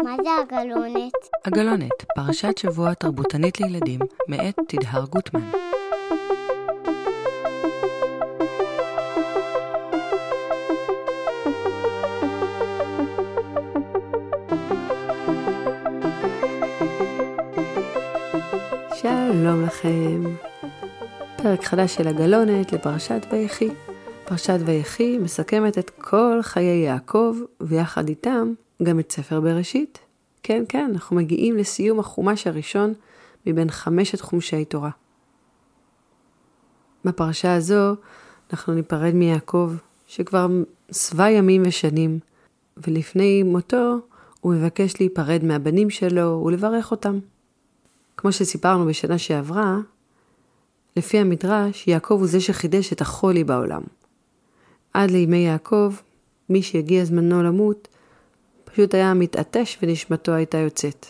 מה זה הגלונת? הגלונת, פרשת שבוע תרבותנית לילדים, מאת תדהר גוטמן. שלום לכם. פרק חדש של הגלונת לפרשת ויחי. פרשת ויחי מסכמת את כל חיי יעקב, ויחד איתם גם את ספר בראשית. כן, אנחנו מגיעים לסיום החומש הראשון מבין 5 חומשי תורה. בפרשה הזו אנחנו ניפרד מיעקב, שכבר שבע ימים ושנים, ולפני מותו הוא מבקש להיפרד מהבנים שלו ולברך אותם. כמו שסיפרנו בשנה שעברה, לפי המדרש, יעקב הוא זה שחידש את החולי בעולם. עד לימי יעקב, מי שהגיע זמנו למות, פשוט היה מתעטש ונשמתו הייתה יוצאת.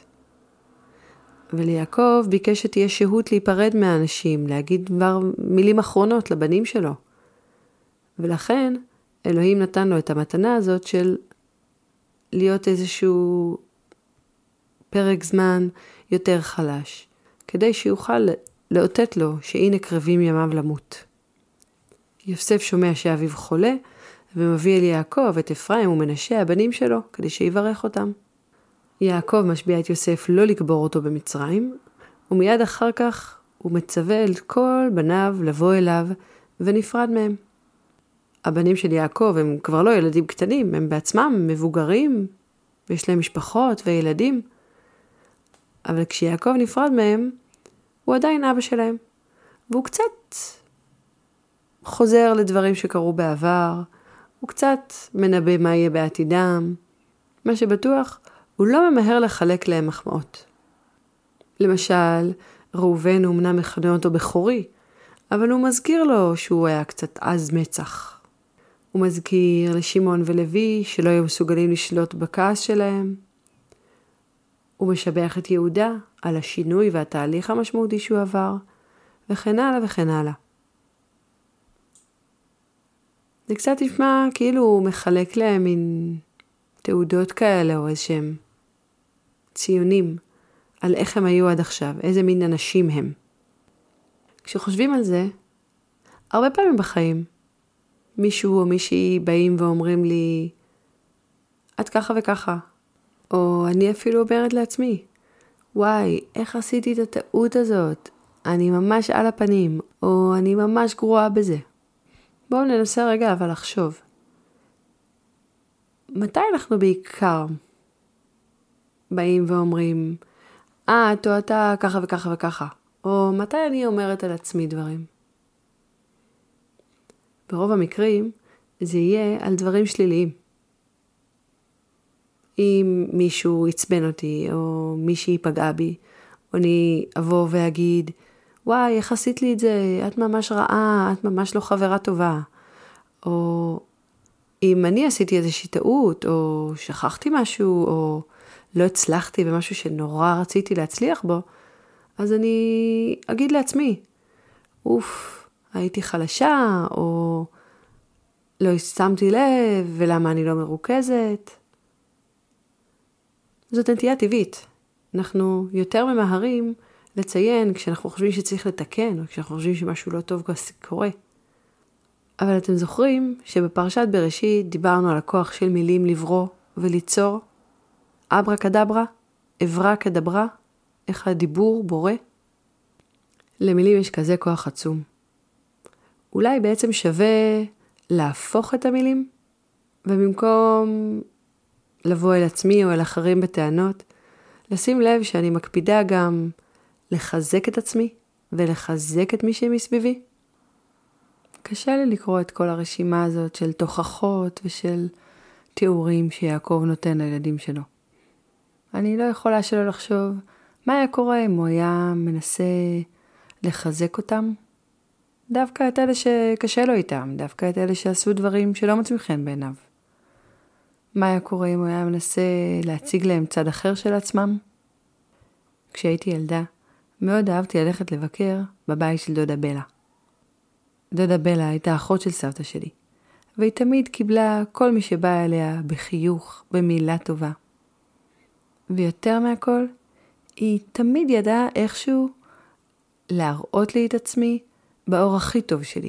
וליעקב ביקש שתהיה שהות להיפרד מהאנשים, להגיד דבר מילים אחרונות לבנים שלו. ולכן אלוהים נתן לו את המתנה הזאת של להיות איזשהו פרק זמן יותר חלש, כדי שיוכל לאותת לו שהנה קרבים ימיו למות. יוסף שומע שאביו חולה, ומביא אל יעקב את אפרים ומנשה הבנים שלו, כדי שיברך אותם. יעקב משביע את יוסף לא לקבור אותו במצרים, ומיד אחר כך הוא מצווה אל כל בניו לבוא אליו, ונפרד מהם. הבנים של יעקב הם כבר לא ילדים קטנים, הם בעצמם מבוגרים, ויש להם משפחות וילדים. אבל כשיעקב נפרד מהם, הוא עדיין אבא שלהם. והוא קצת חוזר לדברים שקרו בעבר, הוא קצת מנבא מה יהיה בעתידם. מה שבטוח, הוא לא ממהר לחלק להם מחמאות. למשל, ראובן הוא אמנם מכנה אותו בכורי, אבל הוא מזכיר לו שהוא היה קצת עז מצח. הוא מזכיר לשמעון ולוי שלא היו מסוגלים לשלוט בכעס שלהם. הוא משבח את יהודה על השינוי והתהליך המשמעותי שהוא עבר, וכן הלאה וכן הלאה. זה קצת נשמע כאילו הוא מחלק להם מין תעודות כאלה או איזשהם ציונים על איך הם היו עד עכשיו, איזה מין אנשים הם. כשחושבים על זה, הרבה פעמים בחיים, מישהו או מישהי באים ואומרים לי, את ככה וככה, או אני אפילו אומרת לעצמי, וואי, איך עשיתי את הטעות הזאת? אני ממש על הפנים, או אני ממש גרועה בזה. בואו ננסה רגע אבל לחשוב. מתי אנחנו בעיקר באים ואומרים, אתה ככה וככה וככה, או מתי אני אומרת על עצמי דברים? ברוב המקרים זה יהיה על דברים שליליים. אם מישהו יצבן אותי, או מישהי פגעה בי, או אני אבוא ואגיד, וואי, איך עשית לי את זה? את ממש רעה, את ממש לא חברה טובה. או אם אני עשיתי איזושהי טעות, או שכחתי משהו, או לא הצלחתי במשהו שנורא רציתי להצליח בו, אז אני אגיד לעצמי, הייתי חלשה, או לא שמתי לב, ולמה אני לא מרוכזת. זאת נטייה טבעית. אנחנו יותר ממהרים לציין כשאנחנו חושבים שצריך לתקן, או כשאנחנו חושבים שמשהו לא טוב קורה. אבל אתם זוכרים שבפרשת בראשית דיברנו על הכוח של מילים לברוא וליצור? אברה כדברה, עברה כדברה, איך הדיבור בורא? למילים יש כזה כוח עצום. אולי בעצם שווה להפוך את המילים, ובמקום לבוא אל עצמי או אל אחרים בטענות, לשים לב שאני מקפידה גם לחזק את עצמי ולחזק את מי שמסביבי. קשה לי לקרוא את כל הרשימה הזאת של תוכחות ושל תיאורים שיעקב נותן לילדים שלו. אני לא יכולה שלא לחשוב מה היה קורה אם הוא היה מנסה לחזק אותם. דווקא את אלה שקשה לו איתם, דווקא את אלה שעשו דברים שלא מצאו חן בעיניו. מה היה קורה אם הוא היה מנסה להציג להם צד אחר של עצמם? כשהייתי ילדה, מאוד אהבתי ללכת לבקר בבית של דודה בלה. דודה בלה הייתה אחות של סבתא שלי, והיא תמיד קיבלה כל מי שבא אליה בחיוך, במילה טובה. ויותר מהכל, היא תמיד ידעה איכשהו להראות לי את עצמי באור הכי טוב שלי.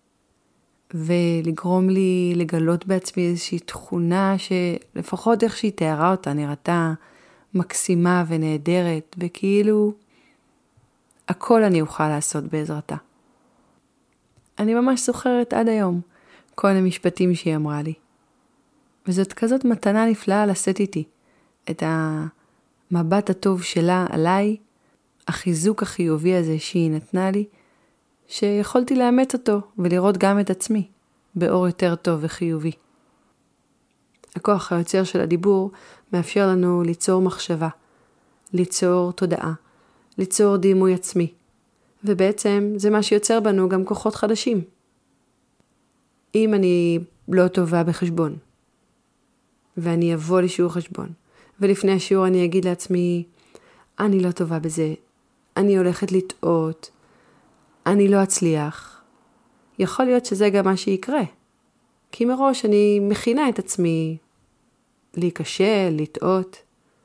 ולגרום לי לגלות בעצמי איזושהי תכונה שלפחות איך שהיא תיארה אותה נראתה מקסימה ונהדרת, וכאילו הכל אני אוכל לעשות בעזרתה. אני ממש זוכרת עד היום כל המשפטים שהיא אמרה לי. וזאת כזאת מתנה נפלאה לשאת איתי. את המבט הטוב שלה עליי, החיזוק החיובי הזה שהיא נתנה לי, שיכולתי לאמץ אותו ולראות גם את עצמי באור יותר טוב וחיובי. הכוח היוצר של הדיבור מאפשר לנו ליצור מחשבה, ליצור תודעה, ליצור דימוי עצמי. ובעצם זה מה שיוצר בנו גם כוחות חדשים. אם אני לא טובה בחשבון, ואני אבוא לשיעור חשבון, ולפני השיעור אני אגיד לעצמי, אני לא טובה בזה, אני הולכת לטעות, אני לא אצליח. יכול להיות שזה גם מה שיקרה. כי מראש אני מכינה את עצמי להיכשל, לטעות.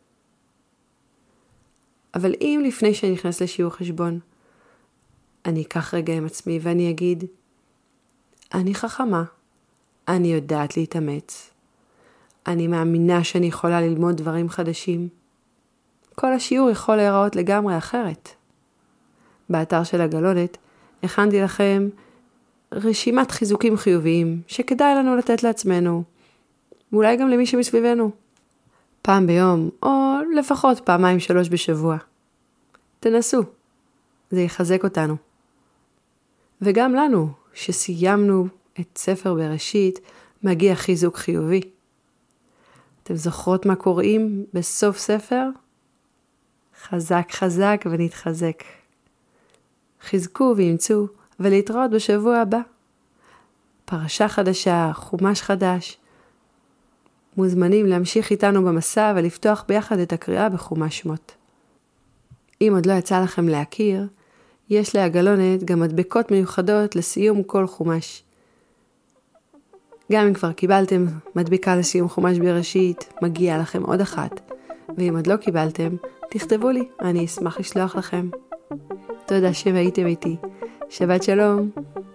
אבל אם לפני שאני נכנס לשיעור חשבון, אני אקח רגע עם עצמי ואני אגיד, אני חכמה, אני יודעת להתאמץ, אני מאמינה שאני יכולה ללמוד דברים חדשים. כל השיעור יכול להיראות לגמרי אחרת. באתר של הגלונת הכנתי לכם רשימת חיזוקים חיוביים שכדאי לנו לתת לעצמנו, ואולי גם למי שמסביבנו. פעם ביום, או לפחות 2-3 בשבוע. תנסו, זה יחזק אותנו. וגם לנו, שסיימנו את ספר בראשית, מגיע חיזוק חיובי. אתם זוכרות מה קוראים בסוף ספר? חזק חזק ונתחזק. חזקו וימצאו ולהתראות בשבוע הבא. פרשה חדשה, חומש חדש. מוזמנים להמשיך איתנו במסע ולפתוח ביחד את הקריאה בחומש שמות. אם עוד לא יצא לכם להכיר, יש להגלונת גם מדבקות מיוחדות לסיום כל חומש. גם אם כבר קיבלתם מדבקה לסיום חומש בראשית, מגיע לכם עוד אחת. ואם עוד לא קיבלתם, תכתבו לי, אני אשמח לשלוח לכם. תודה שהייתם איתי. שבת שלום.